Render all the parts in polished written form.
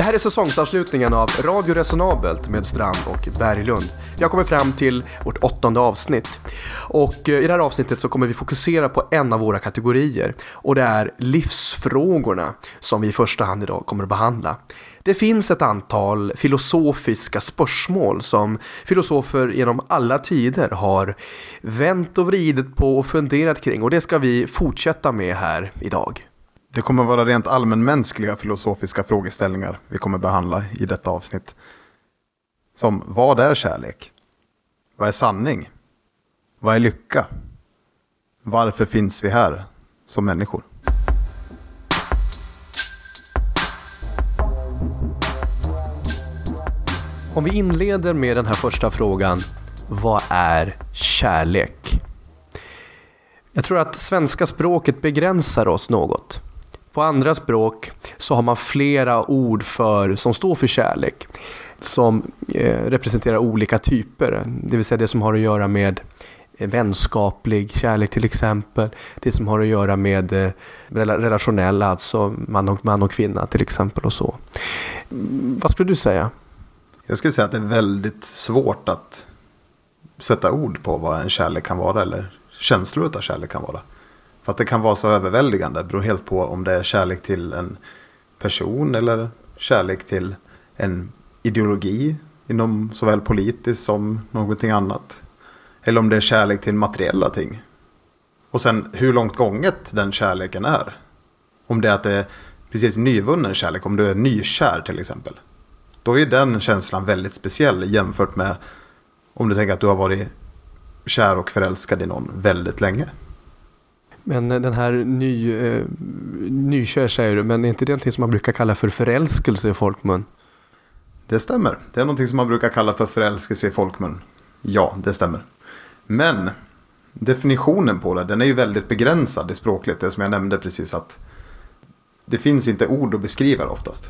här är säsongsavslutningen av Radio Resonabelt med Strand och Berglund. Jag kommer fram till vårt 8:e avsnitt. Och i det här avsnittet så kommer vi fokusera på en av våra kategorier. Och det är livsfrågorna som vi i första hand idag kommer att behandla. Det finns ett antal filosofiska spörsmål som filosofer genom alla tider har vänt och vridit på och funderat kring. Och det ska vi fortsätta med här idag. Det kommer vara rent allmänmänskliga filosofiska frågeställningar vi kommer behandla i detta avsnitt. Som, vad är kärlek? Vad är sanning? Vad är lycka? Varför finns vi här som människor? Om vi inleder med den här första frågan, vad är kärlek? Jag tror att svenska språket begränsar oss något. På andra språk så har man flera ord som står för kärlek. Som representerar olika typer. Det vill säga det som har att göra med vänskaplig kärlek till exempel. Det som har att göra med relationella, alltså man och kvinna till exempel och så. Vad skulle du säga? Jag skulle säga att det är väldigt svårt att sätta ord på vad en kärlek kan vara eller känslor av kärlek kan vara. För att det kan vara så överväldigande. Det beror helt på om det är kärlek till en person eller kärlek till en ideologi inom såväl politiskt som någonting annat. Eller om det är kärlek till materiella ting. Och sen hur långt gånget den kärleken är. Om det är att det är precis nyvunnen kärlek, om du är nykär till exempel. Då är den känslan väldigt speciell jämfört med om du tänker att du har varit kär och förälskad i någon väldigt länge. Men den här nykär säger du, men är inte det någonting som man brukar kalla för förälskelse i folkmun? Det stämmer. Det är någonting som man brukar kalla för förälskelse i folkmun. Ja, det stämmer. Men definitionen på det, den är ju väldigt begränsad i språkligt. Det som jag nämnde precis, att det finns inte ord att beskriva oftast.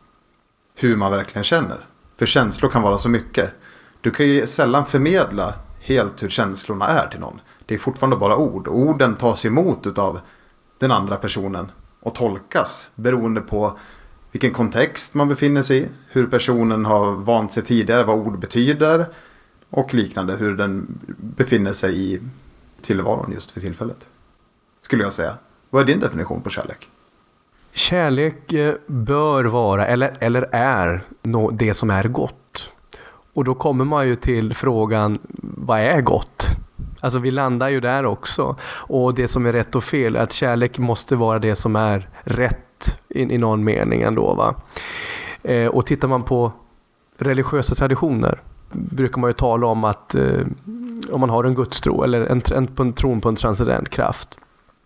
Hur man verkligen känner. För känslor kan vara så mycket. Du kan ju sällan förmedla helt hur känslorna är till någon. Det är fortfarande bara ord. Orden tas emot av den andra personen och tolkas beroende på vilken kontext man befinner sig i. Hur personen har vant sig tidigare, vad ord betyder och liknande. Hur den befinner sig i tillvaron just för tillfället. Skulle jag säga. Vad är din definition på kärlek? Kärlek bör vara eller är det som är gott. Och då kommer man ju till frågan, vad är gott? Alltså vi landar ju där också. Och det som är rätt och fel, att kärlek måste vara det som är rätt i någon mening ändå, va? Och tittar man på religiösa traditioner brukar man ju tala om att om man har en gudstro eller en tron på en transcendent kraft,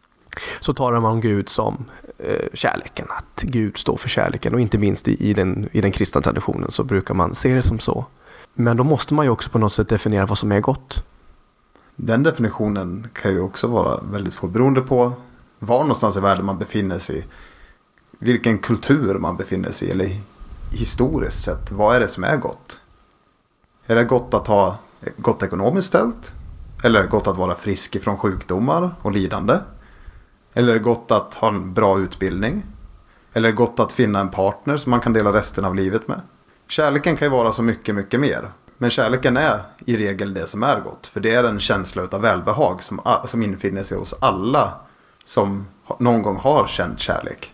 så talar man om Gud som kärleken, att Gud står för kärleken. Och inte minst i den kristna traditionen så brukar man se det som så. Men då måste man ju också på något sätt definiera vad som är gott. Den definitionen kan ju också vara väldigt svår beroende på var någonstans i världen man befinner sig, vilken kultur man befinner sig i, eller historiskt sett, vad är det som är gott? Är det gott att ha gott ekonomiskt ställt? Eller är det gott att vara frisk ifrån sjukdomar och lidande? Eller är det gott att ha en bra utbildning? Eller är det gott att finna en partner som man kan dela resten av livet med? Kärleken kan ju vara så mycket, mycket mer. Men kärleken är i regel det som är gott. För det är en känsla av välbehag som infinner sig hos alla som någon gång har känt kärlek.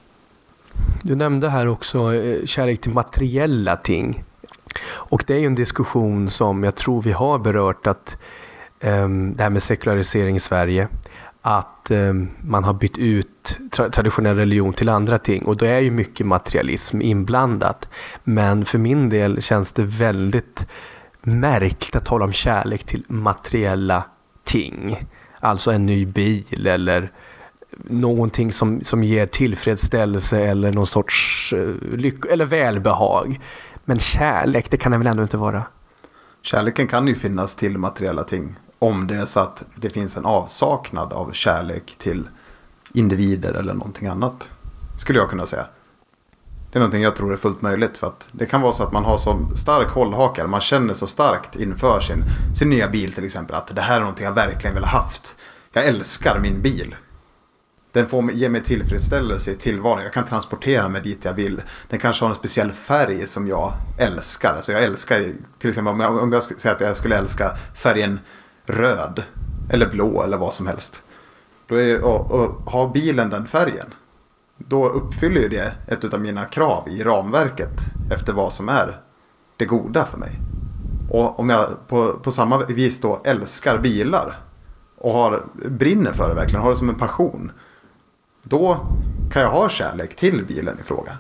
Du nämnde här också kärlek till materiella ting. Och det är ju en diskussion som jag tror vi har berört, att det här med sekularisering i Sverige, att man har bytt ut traditionell religion till andra ting, och då är ju mycket materialism inblandat. Men för min del känns det väldigt märkligt att tala om kärlek till materiella ting. Alltså en ny bil eller någonting som ger tillfredsställelse eller någon sorts lycka eller välbehag. Men kärlek, det kan det väl ändå inte vara? Kärleken kan ju finnas till materiella ting om det är så att det finns en avsaknad av kärlek till individer eller någonting annat, skulle jag kunna säga. Det är någonting jag tror är fullt möjligt, för att det kan vara så att man har så stark hållhakar, man känner så starkt inför sin nya bil till exempel, att det här är någonting jag verkligen vill ha haft. Jag älskar min bil. ger mig tillfredsställelse i tillvaron. Jag kan transportera mig dit jag vill. Den kanske har en speciell färg som jag älskar. Alltså jag älskar, till exempel om jag skulle säga att jag skulle älska färgen röd eller blå eller vad som helst. Då är det, och har bilen den färgen, då uppfyller ju det ett av mina krav i ramverket efter vad som är det goda för mig. Och om jag på samma vis då älskar bilar och brinner för det verkligen, har det som en passion, då kan jag ha kärlek till bilen i fråga.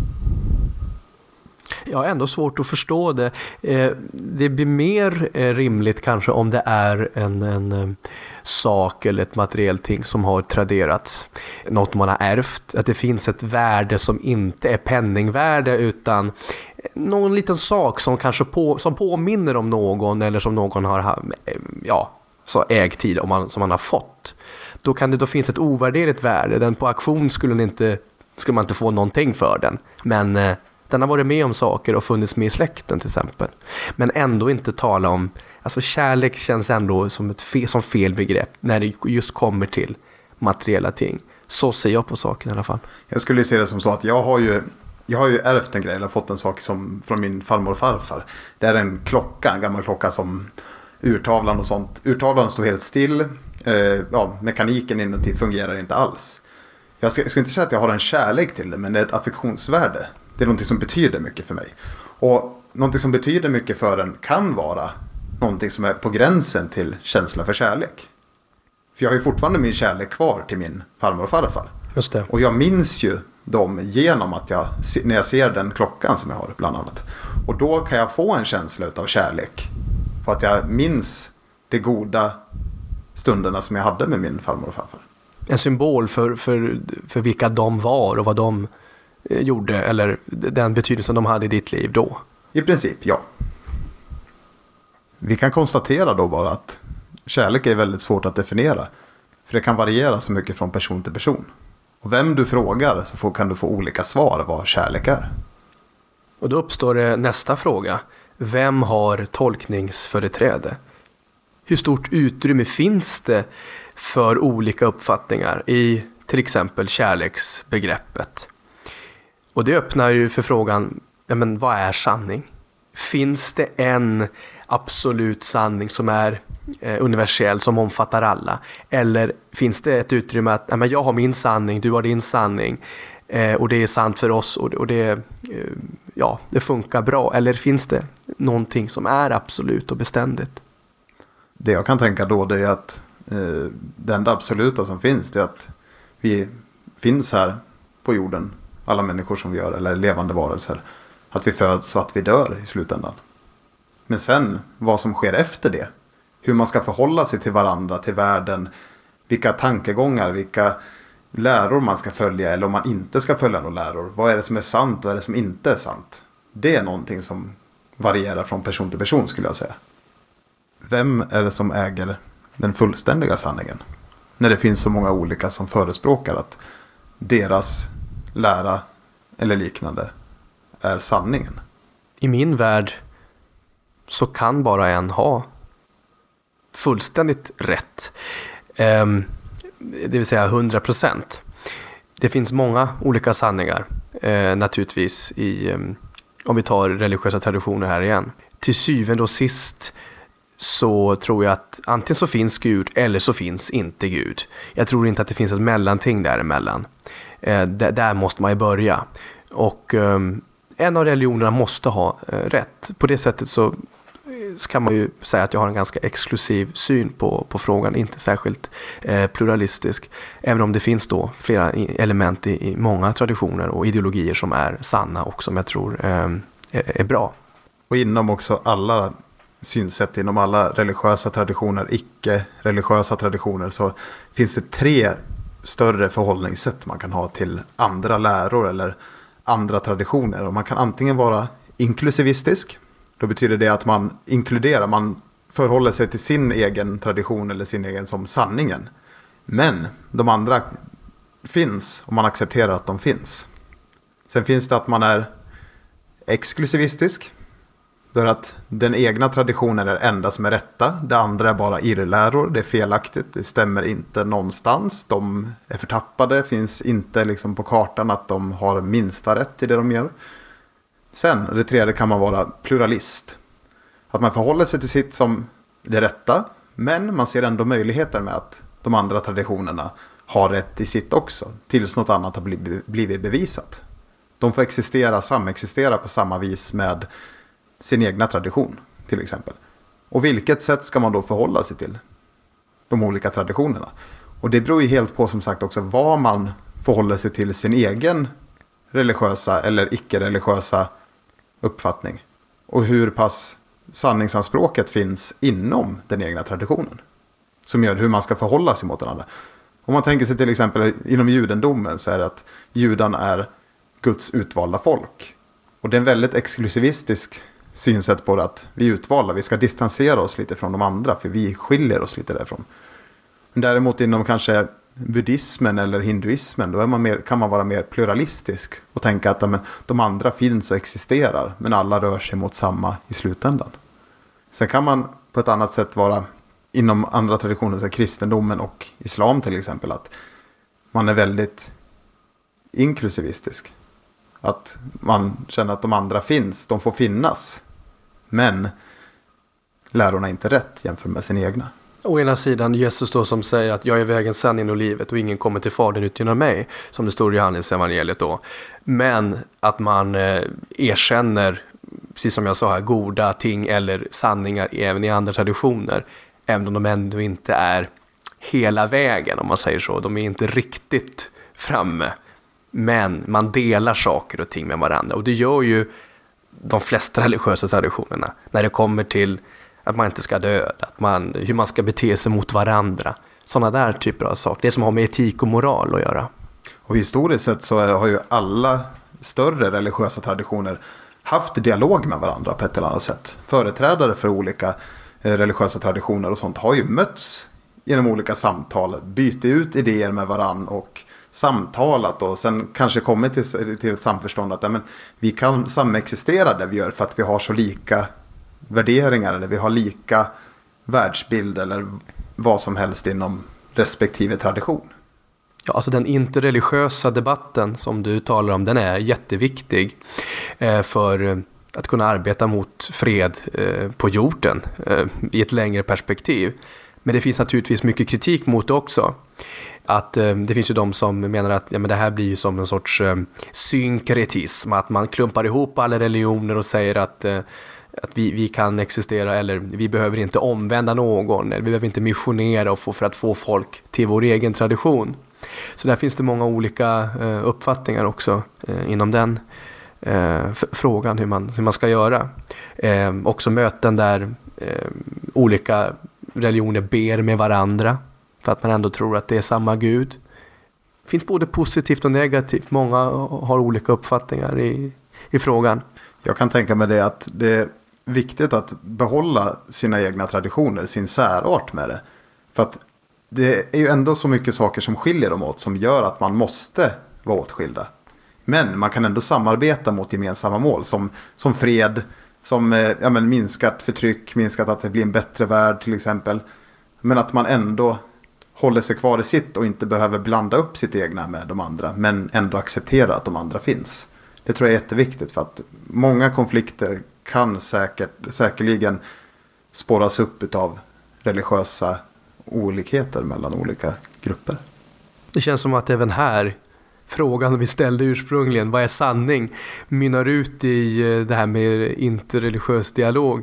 Jag har ändå svårt att förstå det. Det blir mer rimligt kanske om det är en sak eller ett materiellt ting som har traderats. Något man har ärvt. Att det finns ett värde som inte är penningvärde utan någon liten sak som kanske som påminner om någon eller som någon har så ägt tid som man har fått. Då finns ett ovärderligt värde. Den på auktion skulle man inte få någonting för den. Men den har varit med om saker och funnits med i släkten till exempel. Men ändå inte tala om... Alltså kärlek känns ändå som som fel begrepp när det just kommer till materiella ting. Så ser jag på saken i alla fall. Jag skulle se det som så att jag har ju ärvt en grej, eller fått en sak från min farmor och farfar. Det är en gammal klocka som urtavlan och sånt. Urtavlan står helt still. Mekaniken inuti fungerar inte alls. Jag ska inte säga att jag har en kärlek till det, men det är ett affektionsvärde. Det är något som betyder mycket för mig. Och något som betyder mycket för en kan vara någonting som är på gränsen till känsla för kärlek. För jag har ju fortfarande min kärlek kvar till min farmor och farfar. Just det. Och jag minns ju dem genom att när jag ser den klockan som jag har bland annat. Och då kan jag få en känsla av kärlek. För att jag minns de goda stunderna som jag hade med min farmor och farfar. En symbol för vilka de var och vad de gjorde, eller den betydelsen de hade i ditt liv då. I princip, ja. Vi kan konstatera då bara att kärlek är väldigt svårt att definiera. För det kan variera så mycket från person till person. Och vem du frågar så kan du få olika svar vad kärlek är. Och då uppstår det nästa fråga. Vem har tolkningsföreträde? Hur stort utrymme finns det för olika uppfattningar i till exempel kärleksbegreppet? Och det öppnar ju för frågan, vad är sanning? Finns det en absolut sanning som är universell, som omfattar alla? Eller finns det ett utrymme att jag har min sanning, du har din sanning och det är sant för oss och det funkar bra? Eller finns det någonting som är absolut och beständigt? Det jag kan tänka då, det är att det enda absoluta som finns, det är att vi finns här på jorden, alla människor som vi gör, eller levande varelser, att vi föds och att vi dör i slutändan. Men sen, vad som sker efter det, hur man ska förhålla sig till varandra, till världen, vilka tankegångar, vilka läror man ska följa, eller om man inte ska följa några läror, vad är det som är sant, vad är det som inte är sant? Det är någonting som varierar från person till person, skulle jag säga. Vem är det som äger den fullständiga sanningen? När det finns så många olika som förespråkar att deras lära eller liknande är sanningen. I min värld så kan bara en ha fullständigt rätt. Det vill säga 100%. Det finns många olika sanningar naturligtvis om vi tar religiösa traditioner här igen. Till syvende och sist så tror jag att antingen så finns Gud eller så finns inte Gud. Jag tror inte att det finns ett mellanting däremellan. Där måste man ju börja. Och en av religionerna måste ha rätt. På det sättet så kan man ju säga att jag har en ganska exklusiv syn på frågan. Inte särskilt pluralistisk. Även om det finns då flera element i många traditioner och ideologier som är sanna och som jag tror är bra. Och inom också alla synsätt, inom alla religiösa traditioner, icke-religiösa traditioner, så finns det 3 större förhållningssätt man kan ha till andra läror eller andra traditioner. Och man kan antingen vara inklusivistisk. Då betyder det att man inkluderar, man förhåller sig till sin egen tradition eller sin egen som sanningen. Men de andra finns och man accepterar att de finns. Sen finns det att man är exklusivistisk. Då är det att den egna traditionen är det enda som är rätta. Det andra är bara irrläror. Det är felaktigt. Det stämmer inte någonstans. De är förtappade. Finns inte liksom på kartan att de har minsta rätt i det de gör. Sen, det tredje, kan man vara pluralist. Att man förhåller sig till sitt som det rätta. Men man ser ändå möjligheter med att de andra traditionerna har rätt i sitt också. Tills något annat har blivit bevisat. De får samexistera på samma vis med sin egna tradition, till exempel. Och vilket sätt ska man då förhålla sig till de olika traditionerna? Och det beror ju helt på, som sagt, också vad man förhåller sig till sin egen religiösa eller icke-religiösa uppfattning. Och hur pass sanningsanspråket finns inom den egna traditionen. Som gör hur man ska förhålla sig mot den andra. Om man tänker sig till exempel inom judendomen, så är det att judarna är Guds utvalda folk. Och det är en väldigt exklusivistisk synsätt på det, att vi är utvalda. Vi ska distansera oss lite från de andra, för vi skiljer oss lite därifrån. Men däremot inom kanske buddhismen eller hinduismen, då kan man vara mer pluralistisk och tänka att de andra finns och existerar, men alla rör sig mot samma i slutändan. Sen kan man på ett annat sätt vara inom andra traditioner, så kristendomen och islam till exempel, att man är väldigt inklusivistisk. Att man känner att de andra finns, de får finnas, men lärorna är inte rätt jämfört med sin egna. Å ena sidan Jesus då, som säger att jag är vägen, sanningen och livet, och ingen kommer till Fadern utan mig, som det står i Johannes evangeliet då. Men att man erkänner, precis som jag sa här, goda ting eller sanningar även i andra traditioner, även om de ändå inte är hela vägen, om man säger så. De är inte riktigt framme, men man delar saker och ting med varandra. Och det gör ju de flesta religiösa traditionerna när det kommer till att man inte ska döda, hur man ska bete sig mot varandra. Sådana där typer av saker. Det som har med etik och moral att göra. Och historiskt sett så har ju alla större religiösa traditioner haft dialog med varandra på ett eller annat sätt. Företrädare för olika religiösa traditioner och sånt har ju mötts genom olika samtal, bytt ut idéer med varandra och samtalat, och sen kanske kommit till ett samförstånd att vi kan samexistera där vi gör, för att vi har så lika värderingar, eller vi har lika världsbild, eller vad som helst inom respektive tradition. Ja, alltså den interreligiösa debatten som du talar om, den är jätteviktig för att kunna arbeta mot fred på jorden i ett längre perspektiv. Men det finns naturligtvis mycket kritik mot det också. Att det finns ju de som menar att men det här blir ju som en sorts synkretism, att man klumpar ihop alla religioner och säger att vi kan existera, eller vi behöver inte omvända någon, eller vi behöver inte missionera för att få folk till vår egen tradition. Så där finns det många olika uppfattningar också inom den frågan hur man ska göra. Också möten där olika religioner ber med varandra för att man ändå tror att det är samma Gud. Det finns både positivt och negativt. Många har olika uppfattningar i frågan. Jag kan tänka mig det, att det är viktigt att behålla sina egna traditioner, sin särart med det. För att det är ju ändå så mycket saker som skiljer dem åt, som gör att man måste vara åtskilda. Men man kan ändå samarbeta mot gemensamma mål som fred, som minskat förtryck, minskat att det blir en bättre värld till exempel. Men att man ändå håller sig kvar i sitt och inte behöver blanda upp sitt egna med de andra, men ändå acceptera att de andra finns. Det tror jag är jätteviktigt, för att många konflikter kan säkerligen spåras upp av religiösa olikheter mellan olika grupper. Det känns som att även här frågan vi ställde ursprungligen, vad är sanning, mynnar ut i det här med interreligiös dialog.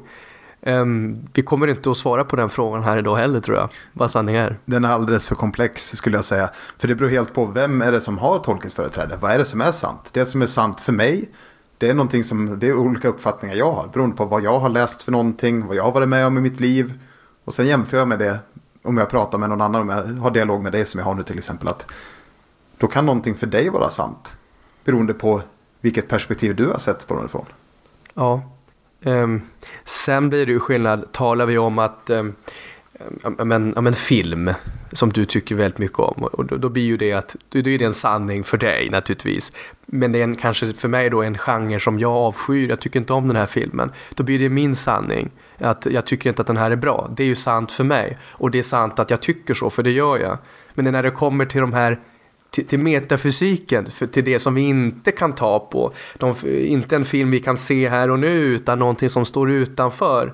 Vi kommer inte att svara på den frågan här idag heller, tror jag, vad sanning är. Den är alldeles för komplex, skulle jag säga. För det beror helt på vem är det som har tolkningsföreträde. Vad är det som är sant? Det som är sant för mig, det är någonting det är olika uppfattningar jag har, beroende på vad jag har läst för någonting, vad jag har varit med om i mitt liv. Och sen jämför jag med det om jag pratar med någon annan, om jag har dialog med dig som jag har nu till exempel, att då kan någonting för dig vara sant, beroende på vilket perspektiv du har sett på den ifrån. Ja. Sen blir det ju skillnad. Talar vi om att en film som du tycker väldigt mycket om, och då blir ju det att då är det en sanning för dig naturligtvis, men det är kanske för mig då en genre som jag avskyr. Jag tycker inte om den här filmen. Då blir det min sanning att jag tycker inte att den här är bra. Det är ju sant för mig, och det är sant att jag tycker så, för det gör jag. Men när det kommer till de här till metafysiken, till det som vi inte kan ta på, inte en film vi kan se här och nu, utan någonting som står utanför,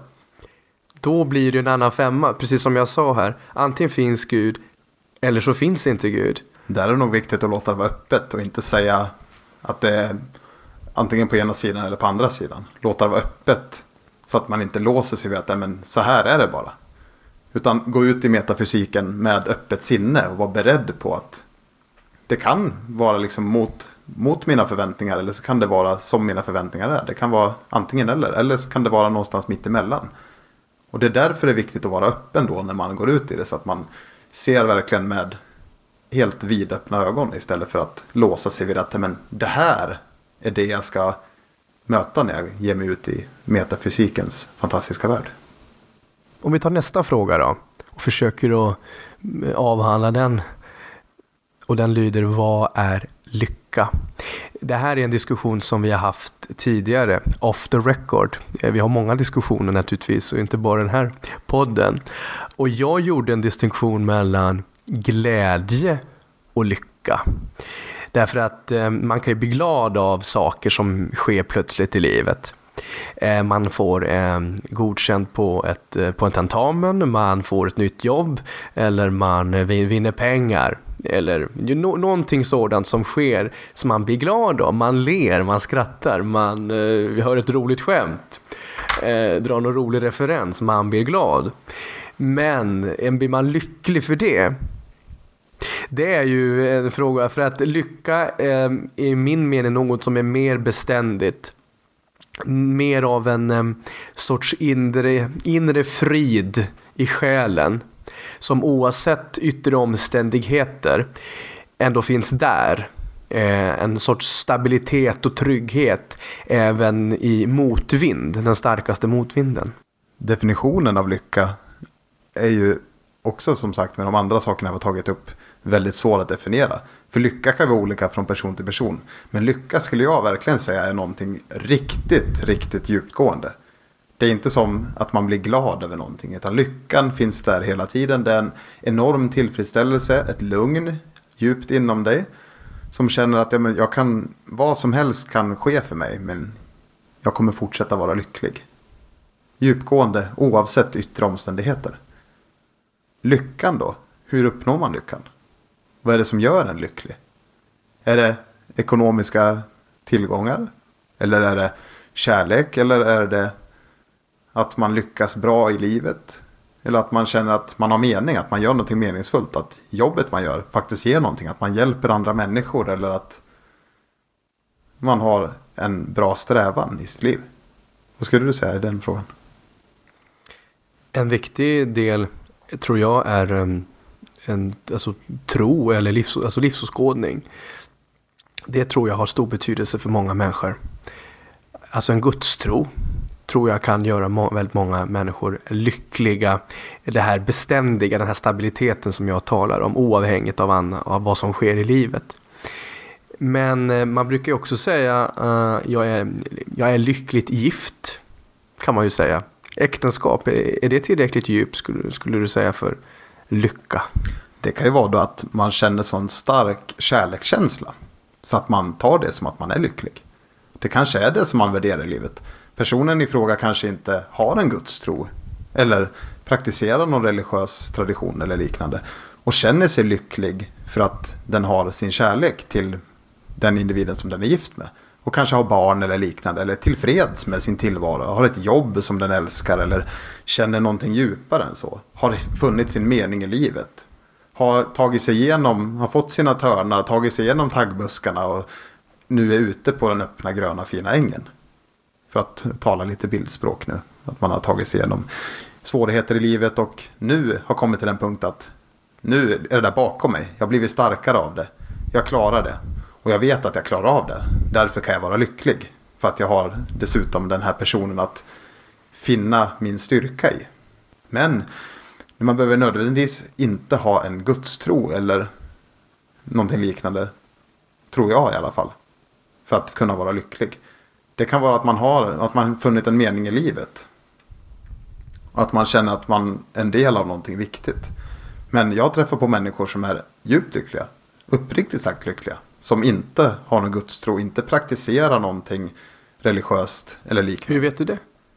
då blir det en annan femma. Precis som jag sa här, antingen finns Gud eller så finns inte Gud. Där är det nog viktigt att låta det vara öppet och inte säga att det är antingen på ena sidan eller på andra sidan. Låta det vara öppet så att man inte låser sig vid att men så här är det bara. Utan gå ut i metafysiken med öppet sinne och vara beredd på att det kan vara liksom mot mina förväntningar, eller så kan det vara som mina förväntningar är. Det kan vara antingen eller så kan det vara någonstans mitt emellan. Och det är därför det är viktigt att vara öppen då när man går ut i det, så att man ser verkligen med helt vidöppna ögon istället för att låsa sig vid att men det här är det jag ska möta när jag ger mig ut i metafysikens fantastiska värld. Om vi tar nästa fråga då och försöker att avhandla den, och den lyder: vad är lycka? Det här är en diskussion som vi har haft tidigare, off the record. Vi har många diskussioner naturligtvis, och inte bara den här podden. Och jag gjorde en distinktion mellan glädje och lycka. Därför att man kan ju bli glad av saker som sker plötsligt i livet. Man får godkänt på en tentamen, man får ett nytt jobb, eller man vinner pengar, eller någonting sådant som sker som man blir glad av. Man ler, man skrattar, vi hör ett roligt skämt, drar någon rolig referens, man blir glad. Men blir man lycklig för det? Det är ju en fråga, för att lycka är i min mening något som är mer beständigt. Mer av en sorts inre frid i själen, som oavsett yttre omständigheter ändå finns där. En sorts stabilitet och trygghet även i motvind, den starkaste motvinden. Definitionen av lycka är ju också, som sagt, med de andra sakerna vi har tagit upp, väldigt svår att definiera. För lycka kan vara olika från person till person. Men lycka skulle jag verkligen säga är någonting riktigt, riktigt djupgående. Det är inte som att man blir glad över någonting, utan lyckan finns där hela tiden. Det är en enorm tillfredsställelse, ett lugn djupt inom dig, som känner att vad som helst kan ske för mig, men jag kommer fortsätta vara lycklig. Djupgående oavsett yttre omständigheter. Lyckan då? Hur uppnår man lyckan? Vad är det som gör en lycklig? Är det ekonomiska tillgångar? Eller är det kärlek? Eller är det att man lyckas bra i livet? Eller att man känner att man har mening, att man gör någonting meningsfullt, att jobbet man gör faktiskt ger någonting, att man hjälper andra människor, eller att man har en bra strävan i sitt liv? Vad skulle du säga i den frågan? En viktig del tror jag är tro eller livsåskådning. Det tror jag har stor betydelse för många människor. Alltså en gudstro tror jag kan göra väldigt många människor lyckliga. Det här beständiga, den här stabiliteten som jag talar om, oavhängigt av vad som sker i livet. Men man brukar ju också säga jag är lyckligt gift, kan man ju säga. Äktenskap, är det tillräckligt djupt skulle du säga för lycka? Det kan ju vara då att man känner sån stark kärlekskänsla så att man tar det som att man är lycklig. Det kanske är det som man värderar i livet. Personen i fråga kanske inte har en gudstro eller praktiserar någon religiös tradition eller liknande, och känner sig lycklig för att den har sin kärlek till den individen som den är gift med. Och kanske har barn eller liknande, eller tillfreds med sin tillvaro, har ett jobb som den älskar, eller känner någonting djupare än så. Har funnit sin mening i livet. Har tagit sig igenom, har fått sina törnar, tagit sig igenom taggbuskarna och nu är ute på den öppna gröna fina ängen. För att tala lite bildspråk nu. Att man har tagit sig igenom svårigheter i livet och nu har kommit till den punkt att nu är det där bakom mig. Jag har blivit starkare av det. Jag klarar det. Och jag vet att jag klarar av det. Därför kan jag vara lycklig. För att jag har dessutom den här personen att finna min styrka i. Men Man behöver nödvändigtvis inte ha en gudstro eller någonting liknande, tror jag i alla fall, för att kunna vara lycklig. Det kan vara att man funnit en mening i livet. Och att man känner att man är en del av någonting viktigt. Men jag träffar på människor som är djupt lyckliga. Uppriktigt sagt lyckliga. Som inte har någon gudstro. Inte praktiserar någonting religiöst eller liknande. Hur vet du det?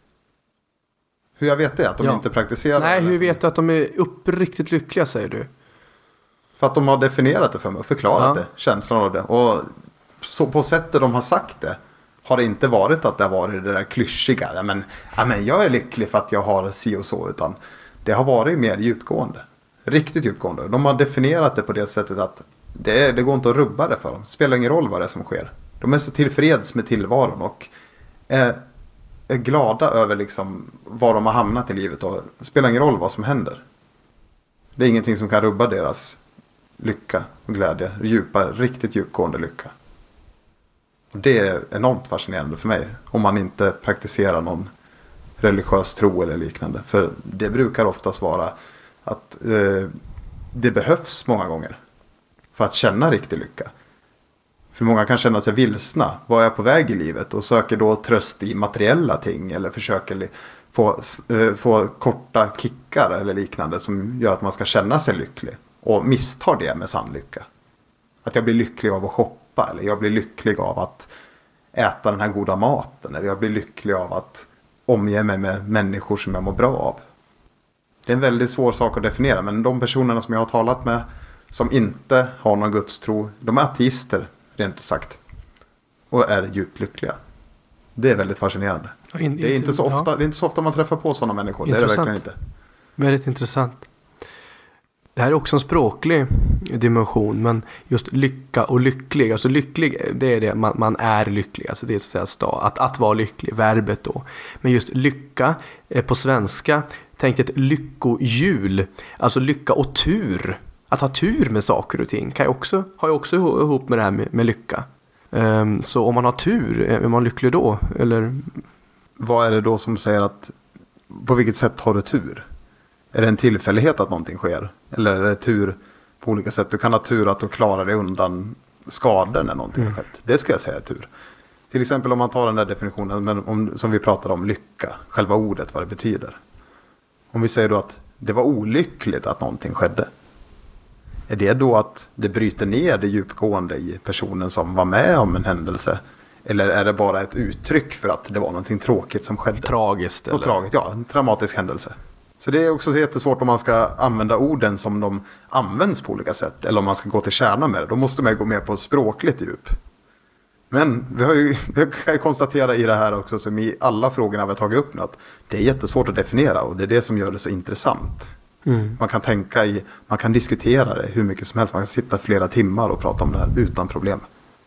Hur jag vet det? Att de inte praktiserar? Nej, hur vet du att de är uppriktigt lyckliga, säger du? För att de har definierat det för mig och förklarat det. Känslan av det. Och så på sättet de har sagt det har det inte varit att det har varit det där klyschiga. Men jag är lycklig för att jag har si och så. Utan det har varit mer djupgående. Riktigt djupgående. De har definierat det på det sättet att det går inte att rubba det för dem. Det spelar ingen roll vad det är som sker. De är så tillfreds med tillvaron och är glada över liksom var de har hamnat i livet. Och det spelar ingen roll vad som händer. Det är ingenting som kan rubba deras lycka och glädje. Riktigt djupgående lycka. Och det är enormt fascinerande för mig. Om man inte praktiserar någon religiös tro eller liknande. För det brukar oftast vara att det behövs många gånger för att känna riktig lycka. För många kan känna sig vilsna. Vad är jag på väg i livet? Och söker då tröst i materiella ting. Eller försöker få korta kickar eller liknande som gör att man ska känna sig lycklig. Och misstar det med sann lycka. Att jag blir lycklig av att shoppa. Eller jag blir lycklig av att äta den här goda maten. Eller jag blir lycklig av att omge mig med människor som jag mår bra av. Det är en väldigt svår sak att definiera. Men de personerna som jag har talat med som inte har någon gudstro, de är ateister, rent sagt. Och är djupt lyckliga. Det är väldigt fascinerande. Det är inte så ofta man träffar på sådana människor. Intressant. Det är det verkligen inte. Väldigt intressant. Det här är också en språklig dimension, men just lycka och lycklig. Alltså lycklig, det är det, man är lycklig. Alltså det är så att säga att vara lycklig, verbet då. Men just lycka på svenska, tänk ett lyckohjul. Alltså lycka och tur. Att ha tur med saker och ting har ju också ihop med det här med lycka. Så om man har tur, är man lycklig då? Eller? Vad är det då som säger att på vilket sätt har du tur? Är det en tillfällighet att någonting sker? Eller är det tur på olika sätt? Du kan ha tur att du klarar dig undan skador när någonting har skett. Det ska jag säga är tur. Till exempel om man tar den där definitionen som vi pratade om, lycka. Själva ordet, vad det betyder. Om vi säger då att det var olyckligt att någonting skedde. Är det då att det bryter ner det djupgående i personen som var med om en händelse? Eller är det bara ett uttryck för att det var någonting tråkigt som skedde? Tragiskt. Eller? Tragiskt, ja. En traumatisk händelse. Så det är också så jättesvårt om man ska använda orden som de används på olika sätt. Eller om man ska gå till kärnan med det. Då måste man gå med på språkligt djup. Men vi kan ju konstatera i det här också, som i alla frågorna vi har tagit upp nu, att det är jättesvårt att definiera. Och det är det som gör det så intressant. Man kan man kan diskutera det hur mycket som helst. Man kan sitta flera timmar och prata om det här utan problem.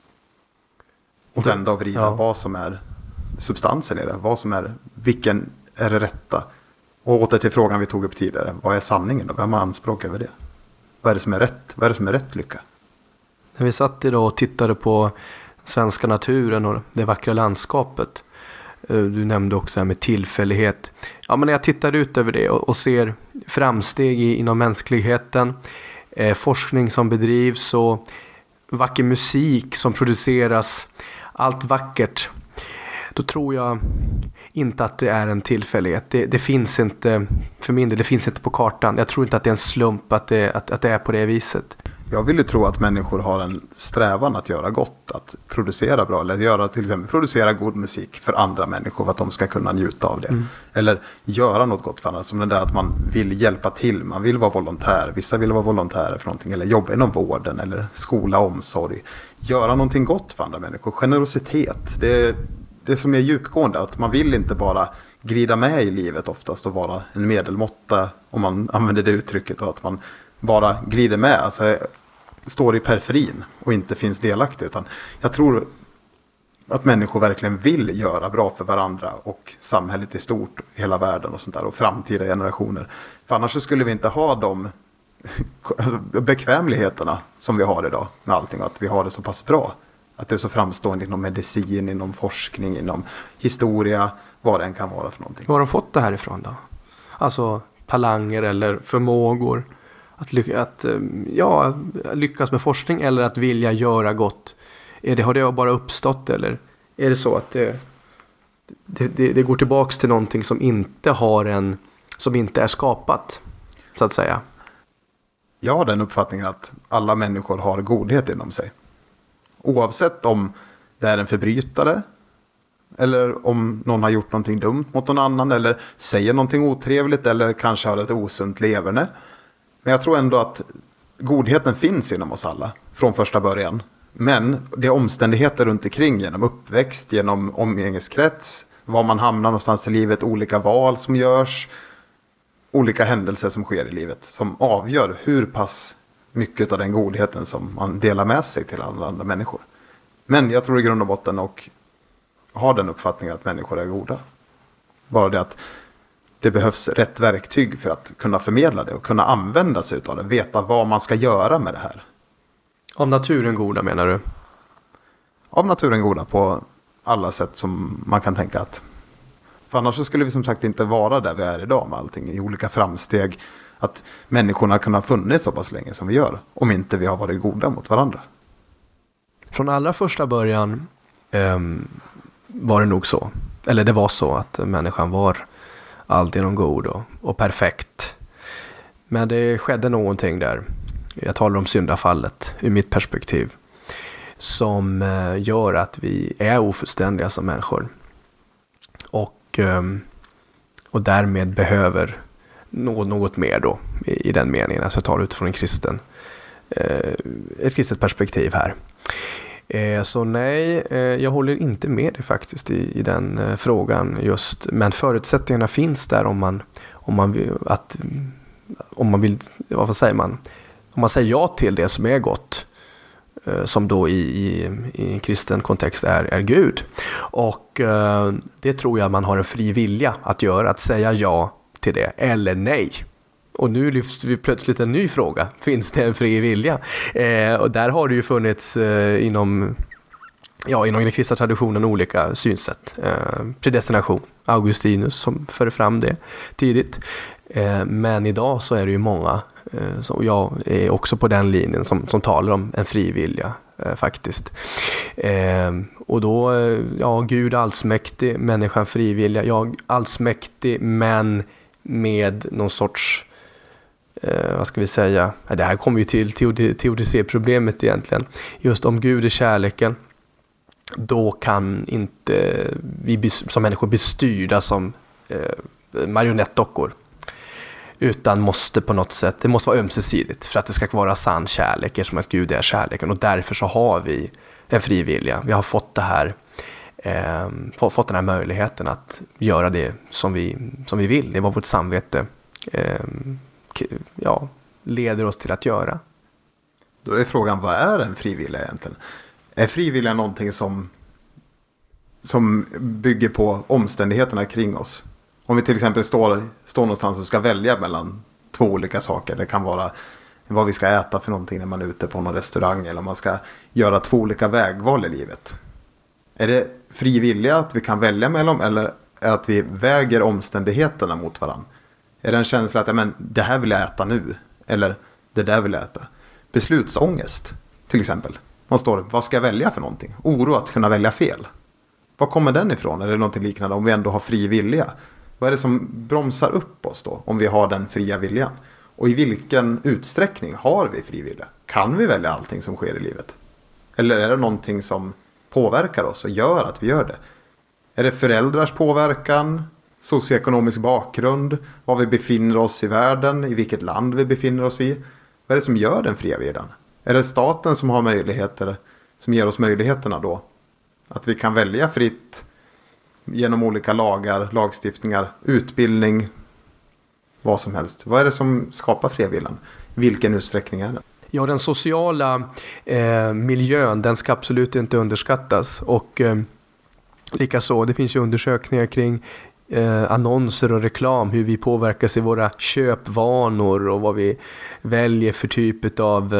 Och vända och vrida vad som är substansen i det. Vad som är, vilken är det rätta? Och åter till frågan vi tog upp tidigare. Vad är sanningen och vem har anspråk över det? Vad är det som är rätt? Vad är det som är rätt lycka? När vi satt idag och tittade på svenska naturen och det vackra landskapet. Du nämnde också här med tillfällighet. Ja, men när jag tittar ut över det och ser framsteg inom mänskligheten, forskning som bedrivs och vacker musik som produceras, allt vackert, då tror jag inte att det är en tillfällighet. Det finns inte, för min del, det finns inte på kartan. Jag tror inte att det är en slump att det är på det viset. Jag vill ju tro att människor har en strävan att göra gott, att producera bra, eller till exempel producera god musik för andra människor för att de ska kunna njuta av det. Eller göra något gott för andra, som den där att man vill hjälpa till, man vill vara volontär, vissa vill vara volontärer för någonting, eller jobba inom vården, eller skola, omsorg. Göra någonting gott för andra människor, generositet, det som är djupgående, att man vill inte bara glida med i livet oftast och vara en medelmåtta, om man använder det uttrycket, och att man bara glider med, alltså står i periferin och inte finns delaktig, utan jag tror att människor verkligen vill göra bra för varandra och samhället i stort, hela världen och sånt där, och framtida generationer. För annars så skulle vi inte ha de bekvämligheterna som vi har idag med allting, att vi har det så pass bra. Att det är så framstående inom medicin, inom forskning, inom historia, vad det än kan vara för någonting. Var har de fått det här ifrån då? Alltså talanger eller förmågor att lyckas med forskning eller att vilja göra gott? Har det bara uppstått, eller är det så att det går tillbaks till någonting som inte är skapat, så att säga? Jag har den uppfattningen att alla människor har godhet inom sig. Oavsett om det är en förbrytare eller om någon har gjort någonting dumt mot någon annan eller säger någonting otrevligt eller kanske har ett osunt leverne. Men jag tror ändå att godheten finns inom oss alla från första början. Men det är omständigheter runt omkring genom uppväxt, genom omgängeskrets, var man hamnar någonstans i livet, olika val som görs, olika händelser som sker i livet som avgör hur pass mycket av den godheten som man delar med sig till alla andra människor. Men jag tror i grund och botten och har den uppfattningen att människor är goda. Bara det att det behövs rätt verktyg för att kunna förmedla det och kunna använda sig av det. Veta vad man ska göra med det här. Av naturen goda, menar du? Av naturen goda på alla sätt som man kan tänka att. För annars så skulle vi som sagt inte vara där vi är idag med allting i olika framsteg. Att människorna kunde ha funnits så pass länge som vi gör. Om inte vi har varit goda mot varandra. Från allra första början var det nog så. Eller det var så att människan var alltigenom god och perfekt. Men det skedde någonting där. Jag talar om syndafallet ur mitt perspektiv. Som gör att vi är ofullständiga som människor. Och därmed behöver något mer då i den meningen. Alltså jag tar utifrån ett kristet perspektiv här. Så nej, jag håller inte med dig faktiskt i den frågan just. Men förutsättningarna finns där om man vill, vad säger man? Om man säger ja till det som är gott, som då i en kristen kontext är Gud. Och det tror jag man har en fri vilja att göra, att säga ja till det eller nej. Och nu lyfter vi plötsligt en ny fråga. Finns det en fri vilja? Och där har det ju funnits inom den kristna traditionen olika synsätt. Predestination, Augustinus som förde fram det tidigt. Men idag så är det ju många, och jag är också på den linjen, som talar om en fri vilja faktiskt. Och då, Gud allsmäktig, människan frivilliga. Jag allsmäktig, men med någon sorts, vad ska vi säga? Det här kommer ju till teodicé-problemet egentligen. Just om Gud är kärleken, då kan inte vi som människor bli styrda som marionettdockor. Utan måste på något sätt, det måste vara ömsesidigt för att det ska vara sann kärlek, eftersom att Gud är kärleken. Och därför så har vi en fri vilja. Vi har fått det här, fått den här möjligheten att göra det som vi vill. Det var vårt samvete leder oss till att göra. Då är frågan, vad är en frivilliga egentligen? Är frivilliga någonting som bygger på omständigheterna kring oss? Om vi till exempel står någonstans och ska välja mellan två olika saker. Det kan vara vad vi ska äta för någonting när man är ute på någon restaurang. Eller om man ska göra två olika vägval i livet. Är det frivilliga att vi kan välja mellan, eller att vi väger omständigheterna mot varandra? Är det en känsla att det här vill jag äta nu? Eller det där vill jag äta? Beslutsångest till exempel. Man står, vad ska jag välja för någonting? Oro att kunna välja fel. Var kommer den ifrån? Är det någonting liknande om vi ändå har fri vilja? Vad är det som bromsar upp oss då om vi har den fria viljan? Och i vilken utsträckning har vi fri vilja? Kan vi välja allting som sker i livet? Eller är det någonting som påverkar oss och gör att vi gör det? Är det föräldrars påverkan? Socioekonomisk bakgrund? Var vi befinner oss i världen? I vilket land vi befinner oss i? Vad är det som gör den fria viljan? Är det staten som har möjligheter, som ger oss möjligheterna då? Att vi kan välja fritt genom olika lagar, lagstiftningar, utbildning, vad som helst. Vad är det som skapar fria viljan? Vilken utsträckning är det? Ja, den sociala miljön, den ska absolut inte underskattas. Och likaså, det finns ju undersökningar kring annonser och reklam, hur vi påverkas i våra köpvanor och vad vi väljer för typ av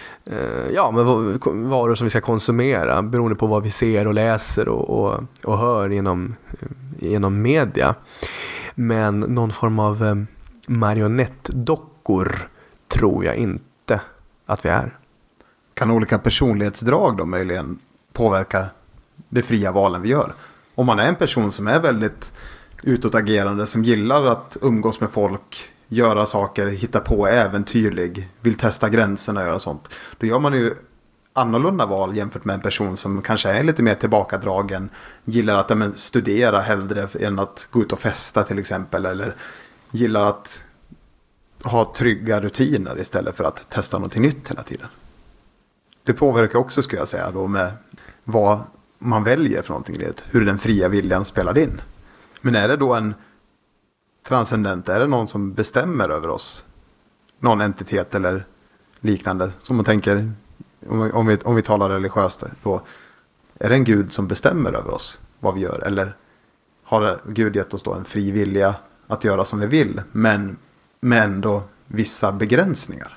varor som vi ska konsumera beroende på vad vi ser och läser och hör genom media. Men någon form av marionettdockor tror jag inte att vi är. Kan olika personlighetsdrag då möjligen påverka det fria valen vi gör? Om man är en person som är väldigt utåtagerande, som gillar att umgås med folk, göra saker, hitta på äventyrlig, vill testa gränserna och göra sånt. Då gör man ju annorlunda val jämfört med en person som kanske är lite mer tillbakadragen, gillar att studera hellre än att gå ut och festa till exempel, eller gillar att ha trygga rutiner istället för att testa något nytt hela tiden. Det påverkar också, skulle jag säga, då med vad man väljer för någonting, hur den fria viljan spelar in. Men är det då en transcendent, är det någon som bestämmer över oss? Någon entitet eller liknande, som man tänker, om vi talar religiöst, då är det en gud som bestämmer över oss vad vi gör? Eller har Gud gett oss då en fri vilja att göra som vi vill, men ändå vissa begränsningar?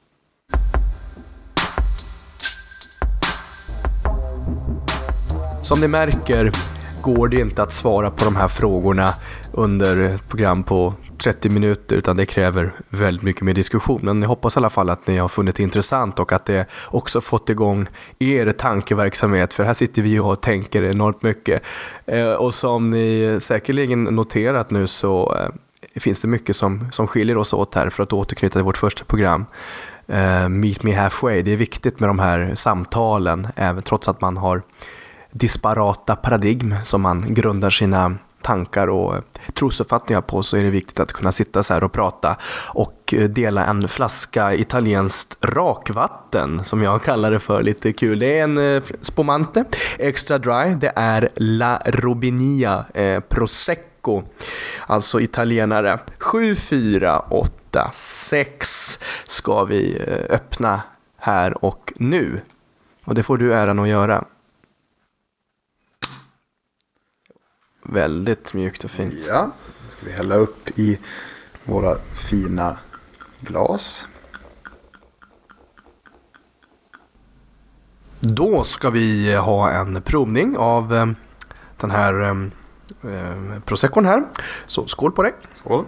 Som ni märker går det inte att svara på de här frågorna under ett program på 30 minuter, utan det kräver väldigt mycket mer diskussion. Men jag hoppas i alla fall att ni har funnit det intressant och att det också fått igång er tankeverksamhet, för här sitter vi och tänker enormt mycket. Och som ni säkerligen noterat nu så finns det mycket som skiljer oss åt här, för att återknyta till vårt första program. Meet me halfway. Det är viktigt med de här samtalen, även trots att man har disparata paradigm som man grundar sina tankar och trosuppfattningar på, så är det viktigt att kunna sitta så här och prata och dela en flaska italienskt rakvatten, som jag kallar det för lite kul. Det är en spumante extra dry. Det är La Robinia Prosecco, alltså italienare. 7486 ska vi öppna här och nu, och det får du äran att göra. Väldigt mjukt och fint. Ja, ska vi hälla upp i våra fina glas. Då ska vi ha en provning av den här Proseccon här. Så skål på dig. Skål.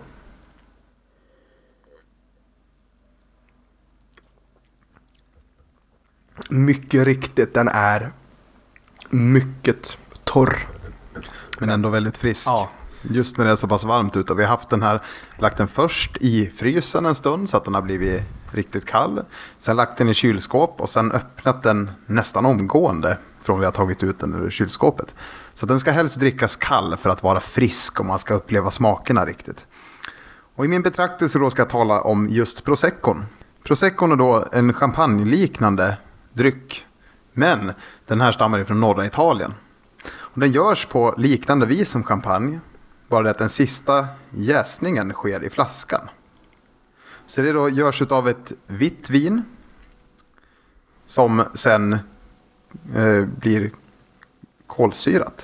Mycket riktigt, den är mycket torr. Men ändå väldigt frisk. Ja. Just när det är så pass varmt ute. Vi har haft den här, lagt den först i frysen en stund så att den har blivit riktigt kall. Sen lagt den i kylskåp och sen öppnat den nästan omgående från vi har tagit ut den ur kylskåpet. Så den ska helst drickas kall för att vara frisk om man ska uppleva smakerna riktigt. Och i min betraktelse då ska jag tala om just Proseccon. Proseccon är då en champagneliknande dryck. Men den här stammar från norra Italien. Och den görs på liknande vis som champagne. Bara det att den sista jäsningen sker i flaskan. Så det då görs av ett vitt vin. Som sen blir kolsyrat.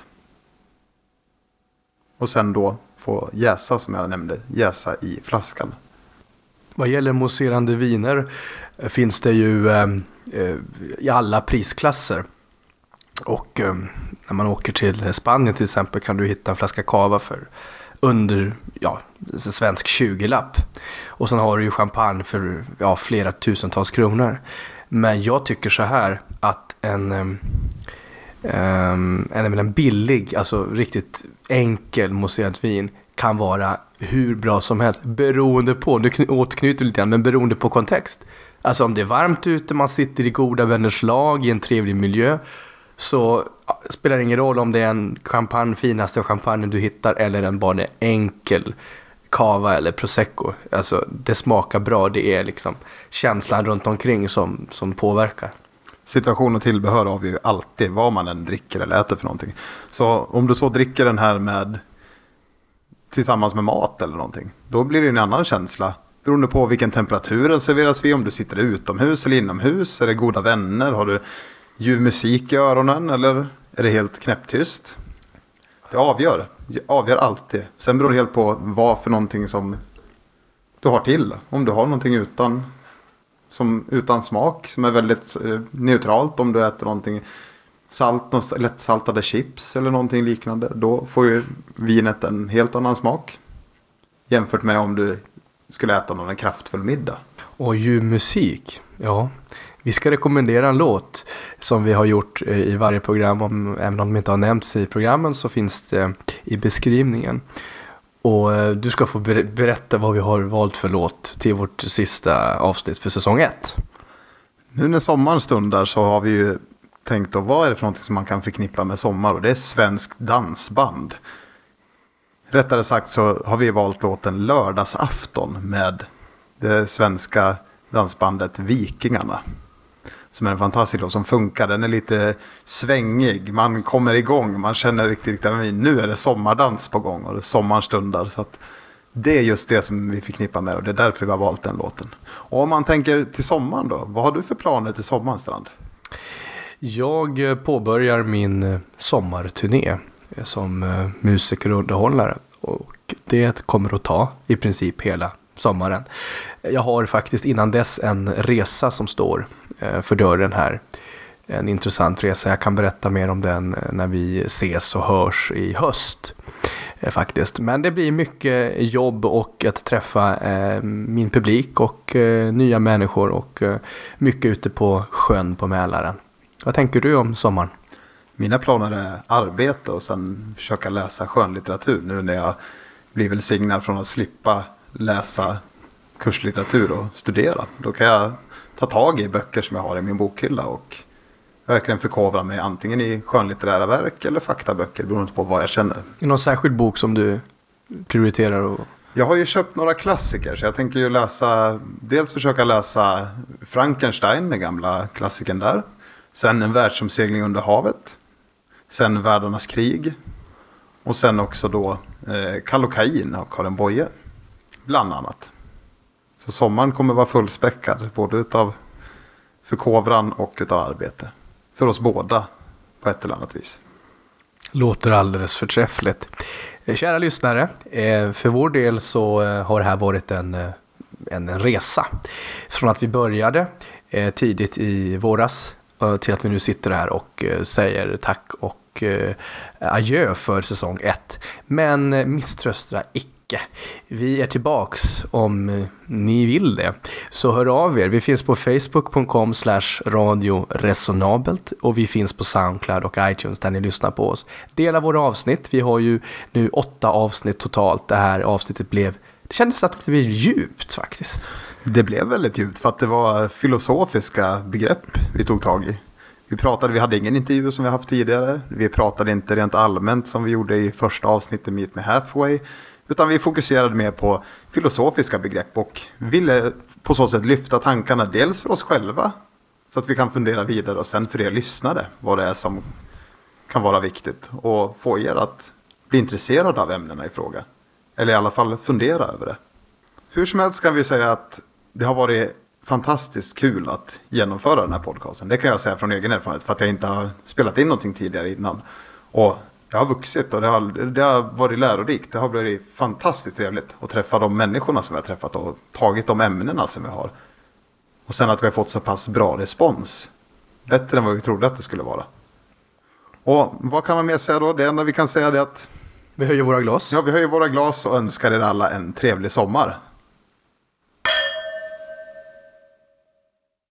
Och sen då får jäsa, som jag nämnde, jäsa i flaskan. Vad gäller mousserande viner finns det ju i alla prisklasser. Och när man åker till Spanien till exempel kan du hitta en flaska cava för under svensk 20-lapp. Och sen har du ju champagne för flera tusentals kronor. Men jag tycker så här att en billig, alltså riktigt enkel mousserande vin kan vara hur bra som helst beroende på, du återknyter lite grann, men beroende på kontext. Alltså om det är varmt ute, man sitter i goda vänners lag i en trevlig miljö, så spelar det ingen roll om det är en champagne, finaste champagne du hittar, eller en bara enkel cava eller prosecco. Alltså det smakar bra, det är liksom känslan runt omkring som påverkar. Situation och tillbehör avgör ju alltid vad man än dricker eller äter för någonting. Så om du så dricker den här tillsammans med mat eller någonting, då blir det en annan känsla. Beroende på vilken temperatur den serveras vid, om du sitter utomhus eller inomhus, är det goda vänner, har du ljuv musik i öronen eller är det helt knäpptyst? Det avgör alltid. Sen beror det helt på vad för någonting som du har till. Om du har någonting utan smak som är väldigt neutralt, om du äter någonting salt, lättsaltade chips eller någonting liknande, då får ju vinet en helt annan smak jämfört med om du skulle äta någon en kraftfull middag. Och ljuv musik, ja. Vi ska rekommendera en låt som vi har gjort i varje program. Även om de inte har nämnts i programmen så finns det i beskrivningen. Och du ska få berätta vad vi har valt för låt till vårt sista avsnitt för säsong 1. Nu när sommaren stundar så har vi ju tänkt då, vad är det för något som man kan förknippa med sommar? Och det är svenskt dansband. Rättare sagt så har vi valt låten Lördagsafton med det svenska dansbandet Vikingarna. Som är en fantastisk låt som funkar. Den är lite svängig. Man kommer igång. Man känner riktigt att nu är det sommardans på gång. Och det är sommaren stundar. Så att det är just det som vi förknippar med. Och det är därför vi har valt den låten. Och om man tänker till sommaren då. Vad har du för planer till sommaren, Strand? Jag påbörjar min sommarturné som musiker och underhållare. Och det kommer att ta i princip hela sommaren. Jag har faktiskt innan dess en resa som står för dörren här. En intressant resa. Jag kan berätta mer om den när vi ses och hörs i höst faktiskt. Men det blir mycket jobb och att träffa min publik och nya människor och mycket ute på sjön på Mälaren. Vad tänker du om sommaren? Mina planer är arbete och sen försöka läsa skönlitteratur nu när jag blir välsignad från att slippa läsa kurslitteratur och studera. Då kan jag ta tag i böcker som jag har i min bokhylla och verkligen förkovra mig antingen i skönlitterära verk eller faktaböcker beroende på vad jag känner. Är det någon särskild bok som du prioriterar? Jag har ju köpt några klassiker så jag tänker ju dels försöka läsa Frankenstein, den gamla klassikern där. Sen En världsomsegling under havet. Sen Världarnas krig. Och sen också då Kallocain av Karin Boye. Bland annat. Så sommaren kommer vara fullspäckad. Både utav förkovran och utav arbete. För oss båda på ett eller annat vis. Låter alldeles förträffligt. Kära lyssnare. För vår del så har det här varit en resa. Från att vi började tidigt i våras. Till att vi nu sitter här och säger tack och adjö för säsong 1. Men misströsta icke. Vi är tillbaks om ni vill det. Så hör av er. Vi finns på facebook.com/radioresonabelt och vi finns på Soundcloud och iTunes där ni lyssnar på oss. Dela våra avsnitt. Vi har ju nu 8 avsnitt totalt. Det här avsnittet det kändes att det blev djupt faktiskt. Det blev väldigt djupt för att det var filosofiska begrepp vi tog tag i. Vi hade ingen intervju som vi haft tidigare. Vi pratade inte rent allmänt som vi gjorde i första avsnittet Meet Me Halfway. Utan vi fokuserade mer på filosofiska begrepp och ville på så sätt lyfta tankarna dels för oss själva. Så att vi kan fundera vidare och sen för er lyssnare vad det är som kan vara viktigt. Och få er att bli intresserade av ämnena i fråga. Eller i alla fall fundera över det. Hur som helst kan vi säga att det har varit fantastiskt kul att genomföra den här podcasten. Det kan jag säga från egen erfarenhet för att jag inte har spelat in någonting tidigare innan. Och jag har vuxit och det har varit lärorikt. Det har blivit fantastiskt trevligt att träffa de människorna som vi har träffat och tagit de ämnena som vi har. Och sen att vi har fått så pass bra respons. Bättre än vad vi trodde att det skulle vara. Och vad kan man mer säga då? Det enda vi kan säga är att vi höjer våra glas. Ja, vi höjer våra glas och önskar er alla en trevlig sommar.